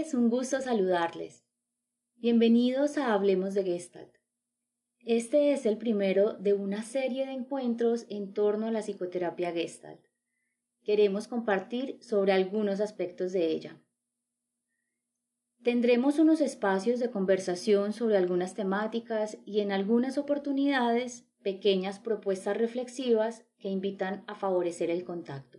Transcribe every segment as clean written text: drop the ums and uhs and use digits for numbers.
Es un gusto saludarles. Bienvenidos a Hablemos de Gestalt. Este es el primero de una serie de encuentros en torno a la psicoterapia Gestalt. Queremos compartir sobre algunos aspectos de ella. Tendremos unos espacios de conversación sobre algunas temáticas y en algunas oportunidades pequeñas propuestas reflexivas que invitan a favorecer el contacto.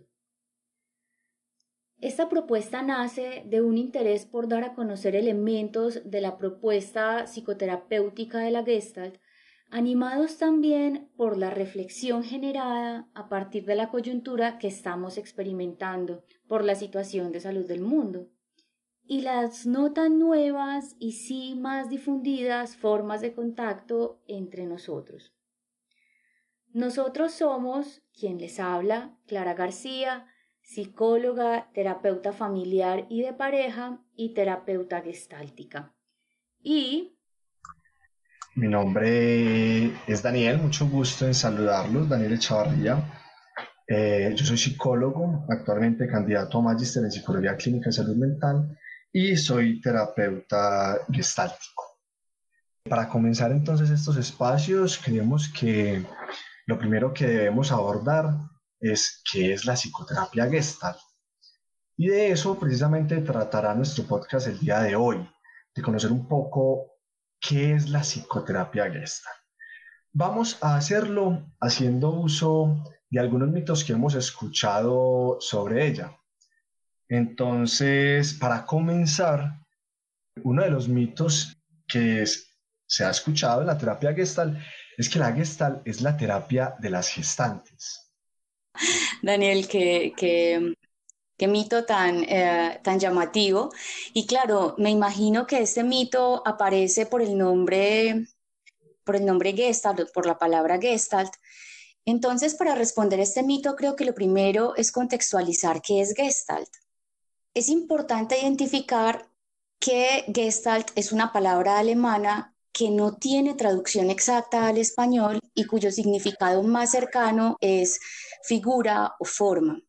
Esta propuesta nace de un interés por dar a conocer elementos de la propuesta psicoterapéutica de la Gestalt, animados también por la reflexión generada a partir de la coyuntura que estamos experimentando por la situación de salud del mundo y las no tan nuevas y sí más difundidas formas de contacto entre nosotros. Nosotros somos, quien les habla, Clara García, psicóloga, terapeuta familiar y de pareja y terapeuta gestáltica. Y mi nombre es Daniel, mucho gusto en saludarlos, Daniel Echavarría. Yo soy psicólogo, actualmente candidato a magíster en psicología clínica y salud mental y soy terapeuta gestáltico. Para comenzar entonces estos espacios, creemos que lo primero que debemos abordar es qué es la psicoterapia Gestalt. Y de eso precisamente tratará nuestro podcast el día de hoy, de conocer un poco qué es la psicoterapia Gestalt. Vamos a hacerlo haciendo uso de algunos mitos que hemos escuchado sobre ella. Entonces, para comenzar, uno de los mitos se ha escuchado en la terapia Gestalt es que la Gestalt es la terapia de las gestantes. Daniel, qué mito tan llamativo. Y claro, me imagino que este mito aparece por el nombre Gestalt, por la palabra Gestalt. Entonces, para responder a este mito, creo que lo primero es contextualizar qué es Gestalt. Es importante identificar que Gestalt es una palabra alemana que no tiene traducción exacta al español y cuyo significado más cercano es figura o forma.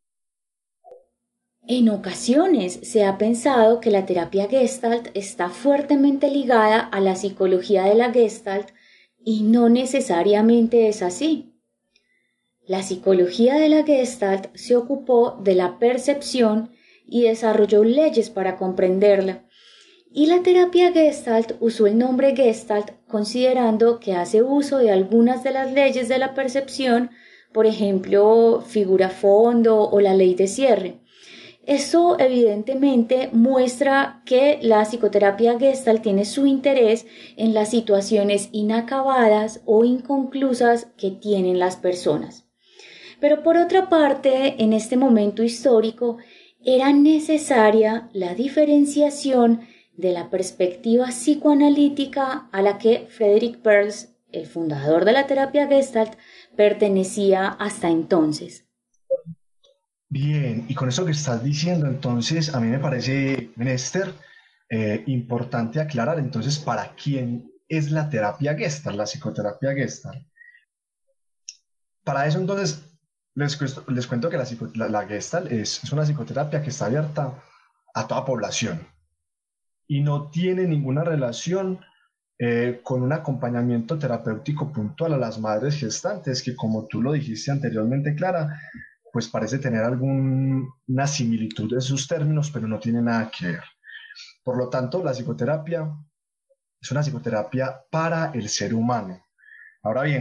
En ocasiones se ha pensado que la terapia Gestalt está fuertemente ligada a la psicología de la Gestalt y no necesariamente es así. La psicología de la Gestalt se ocupó de la percepción y desarrolló leyes para comprenderla. Y la terapia Gestalt usó el nombre Gestalt considerando que hace uso de algunas de las leyes de la percepción, por ejemplo, figura fondo o la ley de cierre. Eso evidentemente muestra que la psicoterapia Gestalt tiene su interés en las situaciones inacabadas o inconclusas que tienen las personas. Pero por otra parte, en este momento histórico, era necesaria la diferenciación de la perspectiva psicoanalítica a la que Frederick Perls, el fundador de la terapia Gestalt, pertenecía hasta entonces. Bien, y con eso que estás diciendo, entonces a mí me parece menester importante aclarar entonces para quién es la terapia Gestalt, la psicoterapia Gestalt. Para eso entonces les cuento que la Gestalt es una psicoterapia que está abierta a toda población y no tiene ninguna relación con un acompañamiento terapéutico puntual a las madres gestantes, que como tú lo dijiste anteriormente, Clara, pues parece tener alguna similitud en sus términos, pero no tiene nada que ver. Por lo tanto, la psicoterapia es una psicoterapia para el ser humano. Ahora bien,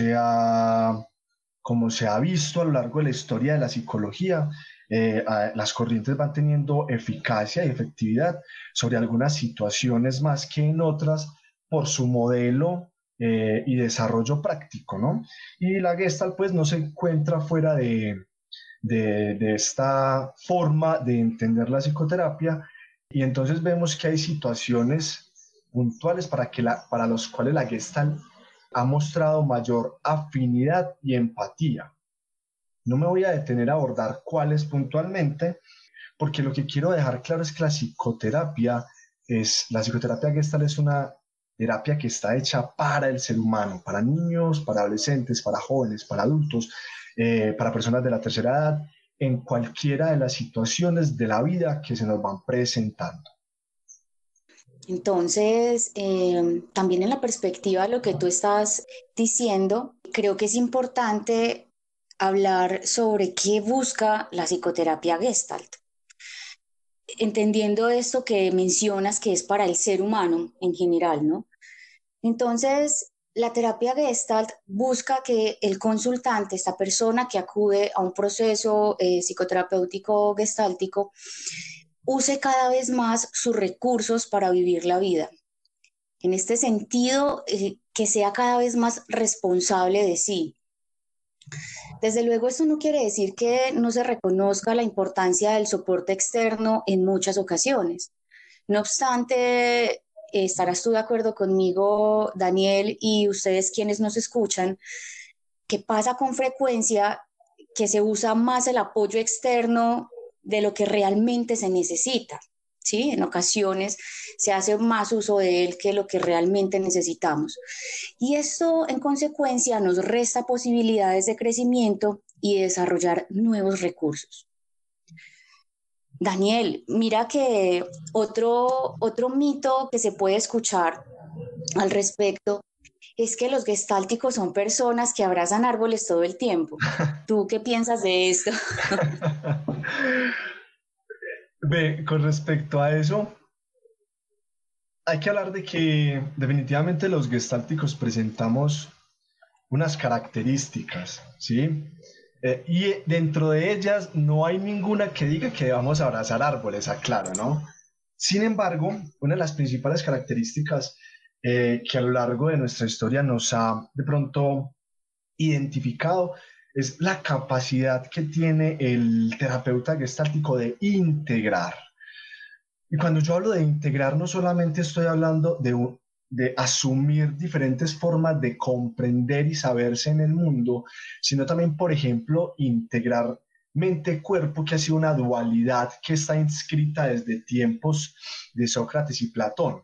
como se ha visto a lo largo de la historia de la psicología, las corrientes van teniendo eficacia y efectividad sobre algunas situaciones más que en otras por su modelo y desarrollo práctico, ¿no? Y la Gestalt pues no se encuentra fuera de esta forma de entender la psicoterapia y entonces vemos que hay situaciones puntuales para los cuales la Gestalt ha mostrado mayor afinidad y empatía. No me voy a detener a abordar cuáles puntualmente, porque lo que quiero dejar claro es que la psicoterapia Gestalt es una terapia que está hecha para el ser humano, para niños, para adolescentes, para jóvenes, para adultos, para personas de la tercera edad, en cualquiera de las situaciones de la vida que se nos van presentando. Entonces, también en la perspectiva de lo que tú estás diciendo, creo que es importante hablar sobre qué busca la psicoterapia Gestalt, entendiendo esto que mencionas que es para el ser humano en general, ¿no? Entonces, la terapia Gestalt busca que el consultante, esta persona que acude a un proceso psicoterapéutico gestáltico, use cada vez más sus recursos para vivir la vida. En este sentido, que sea cada vez más responsable de sí. Desde luego, esto no quiere decir que no se reconozca la importancia del soporte externo en muchas ocasiones. No obstante, estarás tú de acuerdo conmigo, Daniel, y ustedes quienes nos escuchan, que pasa con frecuencia que se usa más el apoyo externo de lo que realmente se necesita. ¿Sí? En ocasiones se hace más uso de él que lo que realmente necesitamos. Y esto, en consecuencia, nos resta posibilidades de crecimiento y de desarrollar nuevos recursos. Daniel, mira que otro mito que se puede escuchar al respecto es que los gestálticos son personas que abrazan árboles todo el tiempo. ¿Tú qué piensas de esto? Ve, con respecto a eso, hay que hablar de que definitivamente los gestálticos presentamos unas características, ¿sí? Y dentro de ellas no hay ninguna que diga que vamos a abrazar árboles, aclaro, ¿no? Sin embargo, una de las principales características que a lo largo de nuestra historia nos ha de pronto identificado es la capacidad que tiene el terapeuta gestáltico de integrar. Y cuando yo hablo de integrar, no solamente estoy hablando de asumir diferentes formas de comprender y saberse en el mundo, sino también, por ejemplo, integrar mente-cuerpo, que ha sido una dualidad que está inscrita desde tiempos de Sócrates y Platón.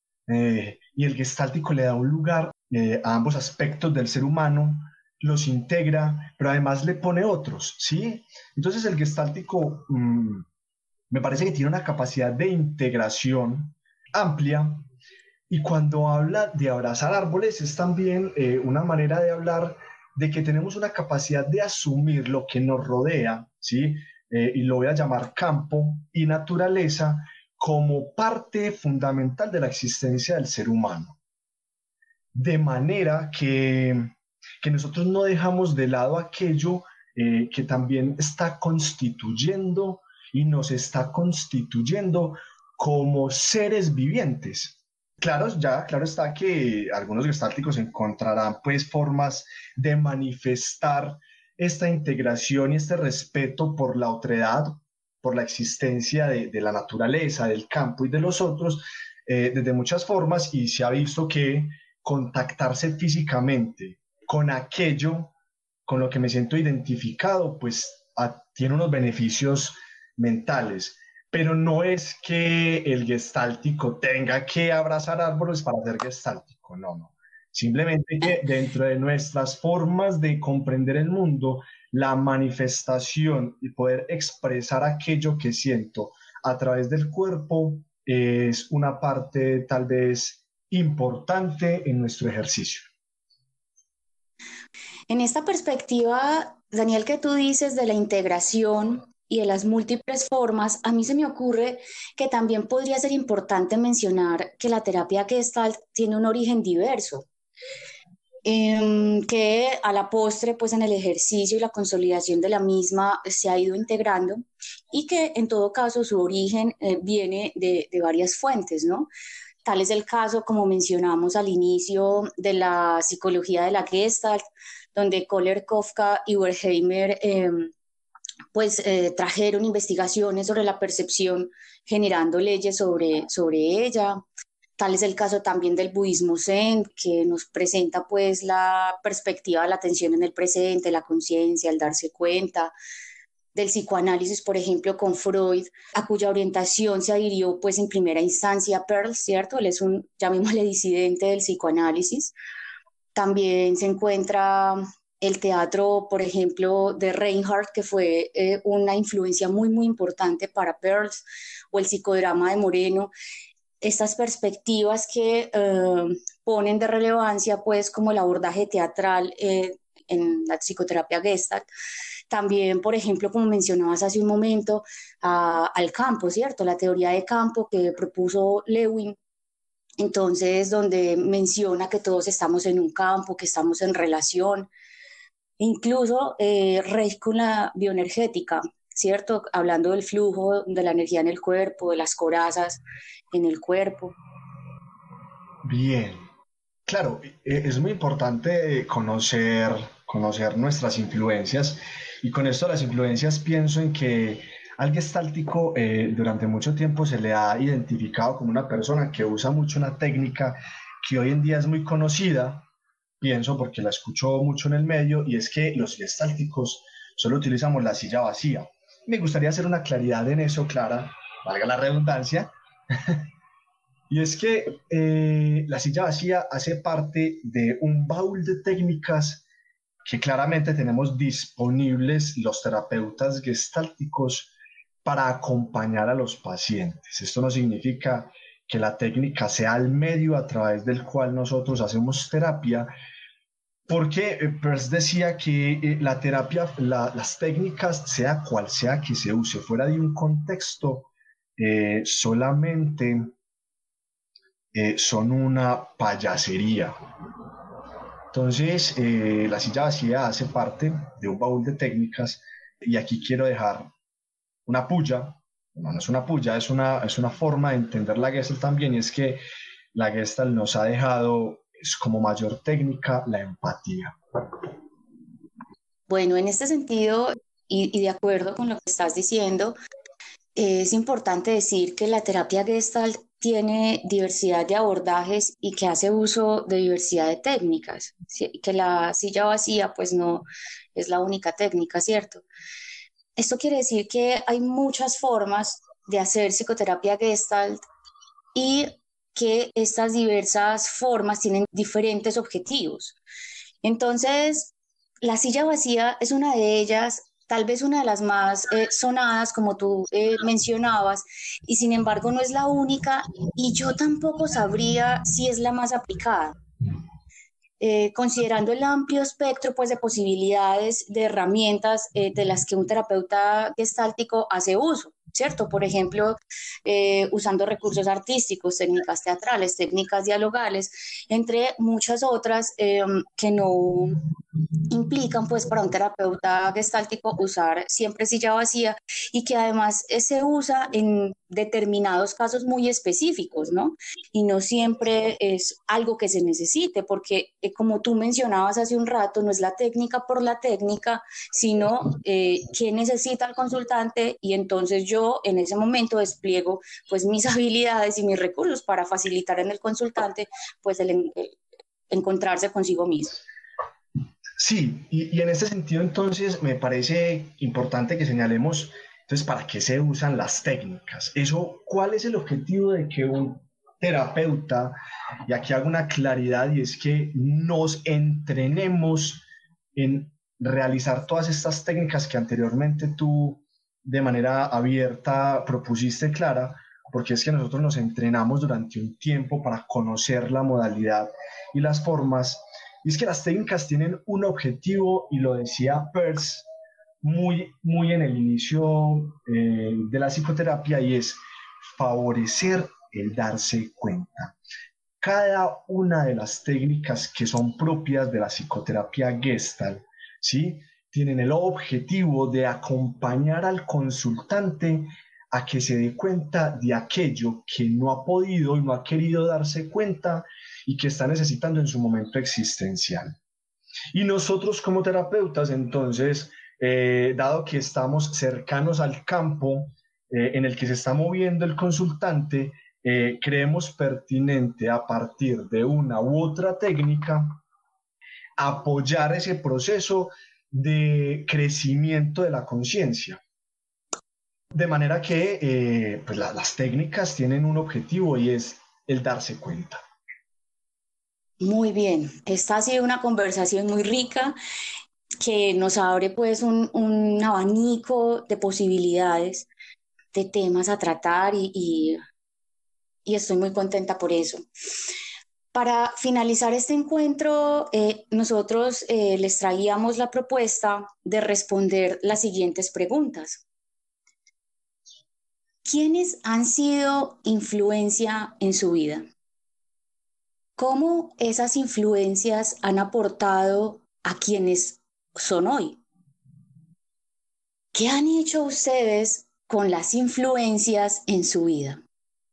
Y el gestáltico le da un lugar a ambos aspectos del ser humano, los integra, pero además le pone otros, ¿sí? Entonces el gestáltico me parece que tiene una capacidad de integración amplia, y cuando habla de abrazar árboles es también una manera de hablar de que tenemos una capacidad de asumir lo que nos rodea, ¿sí? Y lo voy a llamar campo y naturaleza como parte fundamental de la existencia del ser humano. De manera que nosotros no dejamos de lado aquello que también está constituyendo y nos está constituyendo como seres vivientes. Claro, ya, claro está que algunos gestálticos encontrarán pues formas de manifestar esta integración y este respeto por la otredad, por la existencia de la naturaleza, del campo y de los otros, desde muchas formas, y se ha visto que contactarse físicamente con aquello con lo que me siento identificado, pues tiene unos beneficios mentales, pero no es que el gestáltico tenga que abrazar árboles para ser gestáltico, no, no. Simplemente que dentro de nuestras formas de comprender el mundo, la manifestación y poder expresar aquello que siento a través del cuerpo es una parte tal vez importante en nuestro ejercicio. En esta perspectiva, Daniel, que tú dices de la integración y de las múltiples formas, a mí se me ocurre que también podría ser importante mencionar que la terapia Gestalt tiene un origen diverso, que a la postre, pues en el ejercicio y la consolidación de la misma se ha ido integrando y que en todo caso su origen viene de varias fuentes, ¿no? Tal es el caso, como mencionamos al inicio, de la psicología de la Gestalt, donde Kohler, Kafka y Wertheimer trajeron investigaciones sobre la percepción, generando leyes sobre ella. Tal es el caso también del budismo zen, que nos presenta pues la perspectiva de la atención en el presente, la conciencia, el darse cuenta, del psicoanálisis, por ejemplo, con Freud, a cuya orientación se adhirió pues en primera instancia Pearl, ¿cierto? Él es un, llamémosle, disidente del psicoanálisis. También se encuentra el teatro, por ejemplo, de Reinhardt, que fue una influencia muy, muy importante para Pearl, o el psicodrama de Moreno. estas perspectivas que ponen de relevancia, pues, como el abordaje teatral en la psicoterapia Gestalt. También, por ejemplo, como mencionabas hace un momento, al campo, ¿cierto? La teoría de campo que propuso Lewin, entonces, donde menciona que todos estamos en un campo, que estamos en relación, incluso Reich con la bioenergética, ¿cierto? Hablando del flujo de la energía en el cuerpo, de las corazas en el cuerpo. Bien. Claro, es muy importante conocer nuestras influencias y con esto las influencias pienso en que al gestáltico durante mucho tiempo se le ha identificado como una persona que usa mucho una técnica que hoy en día es muy conocida, pienso porque la escucho mucho en el medio, y es que los gestálticos solo utilizamos la silla vacía. Me gustaría hacer una claridad en eso, Clara, valga la redundancia, y es que la silla vacía hace parte de un baúl de técnicas que claramente tenemos disponibles los terapeutas gestálticos para acompañar a los pacientes. Esto no significa que la técnica sea el medio a través del cual nosotros hacemos terapia, porque Peirce decía que la terapia, las técnicas, sea cual sea que se use, fuera de un contexto, solamente son una payasería. Entonces, la silla vacía hace parte de un baúl de técnicas y aquí quiero dejar una puya, no, no es una puya, es una forma de entender la Gestalt también, y es que la Gestalt nos ha dejado es como mayor técnica la empatía. Bueno, en este sentido, y de acuerdo con lo que estás diciendo, es importante decir que la terapia Gestalt tiene diversidad de abordajes y que hace uso de diversidad de técnicas, ¿sí? Que la silla vacía pues no es la única técnica, ¿cierto? Esto quiere decir que hay muchas formas de hacer psicoterapia Gestalt y que estas diversas formas tienen diferentes objetivos. Entonces, la silla vacía es una de ellas, tal vez una de las más sonadas, como tú mencionabas, y sin embargo no es la única, y yo tampoco sabría si es la más aplicada. Considerando el amplio espectro pues, de posibilidades, de herramientas de las que un terapeuta gestáltico hace uso, ¿cierto? Por ejemplo, usando recursos artísticos, técnicas teatrales, técnicas dialogales, entre muchas otras que no implican pues para un terapeuta gestáltico usar siempre silla vacía y que además se usa en determinados casos muy específicos, ¿no? Y no siempre es algo que se necesite, porque como tú mencionabas hace un rato, no es la técnica por la técnica, sino qué necesita el consultante y entonces yo en ese momento despliego pues mis habilidades y mis recursos para facilitar en el consultante pues el encontrarse consigo mismo. Sí, y en este sentido entonces me parece importante que señalemos entonces para qué se usan las técnicas. Eso, ¿cuál es el objetivo de que un terapeuta, y aquí hago una claridad, y es que nos entrenemos en realizar todas estas técnicas que anteriormente tú de manera abierta propusiste, Clara, porque es que nosotros nos entrenamos durante un tiempo para conocer la modalidad y las formas, y es que las técnicas tienen un objetivo, y lo decía Peirce muy en el inicio de la psicoterapia, y es favorecer el darse cuenta. Cada una de las técnicas que son propias de la psicoterapia Gestalt, ¿sí? Tienen el objetivo de acompañar al consultante a que se dé cuenta de aquello que no ha podido y no ha querido darse cuenta y que está necesitando en su momento existencial. Y nosotros como terapeutas, entonces, dado que estamos cercanos al campo en el que se está moviendo el consultante, creemos pertinente a partir de una u otra técnica apoyar ese proceso de crecimiento de la conciencia. De manera que pues las técnicas tienen un objetivo, y es el darse cuenta. Muy bien, esta ha sido una conversación muy rica que nos abre pues un abanico de posibilidades, de temas a tratar y y estoy muy contenta por eso. Para finalizar este encuentro, nosotros les traíamos la propuesta de responder las siguientes preguntas. ¿Quiénes han sido influencia en su vida? ¿Cómo esas influencias han aportado a quienes son hoy? ¿Qué han hecho ustedes con las influencias en su vida?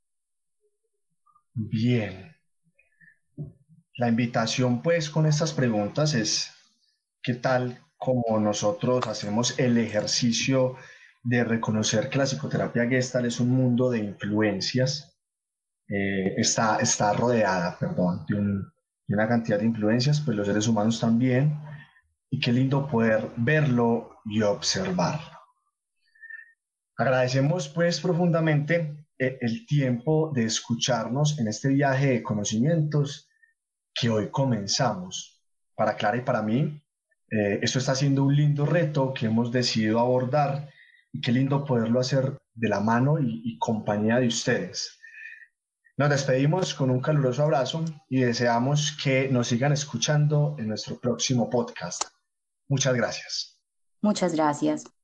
Bien, la invitación pues con estas preguntas es qué tal como nosotros hacemos el ejercicio de reconocer que la psicoterapia Gestalt es un mundo de influencias, está rodeada, perdón, de una cantidad de influencias, pues los seres humanos también, y qué lindo poder verlo y observarlo. Agradecemos pues profundamente el tiempo de escucharnos en este viaje de conocimientos que hoy comenzamos. Para Clara y para mí, esto está siendo un lindo reto que hemos decidido abordar y qué lindo poderlo hacer de la mano y compañía de ustedes. Nos despedimos con un caluroso abrazo y deseamos que nos sigan escuchando en nuestro próximo podcast. Muchas gracias. Muchas gracias.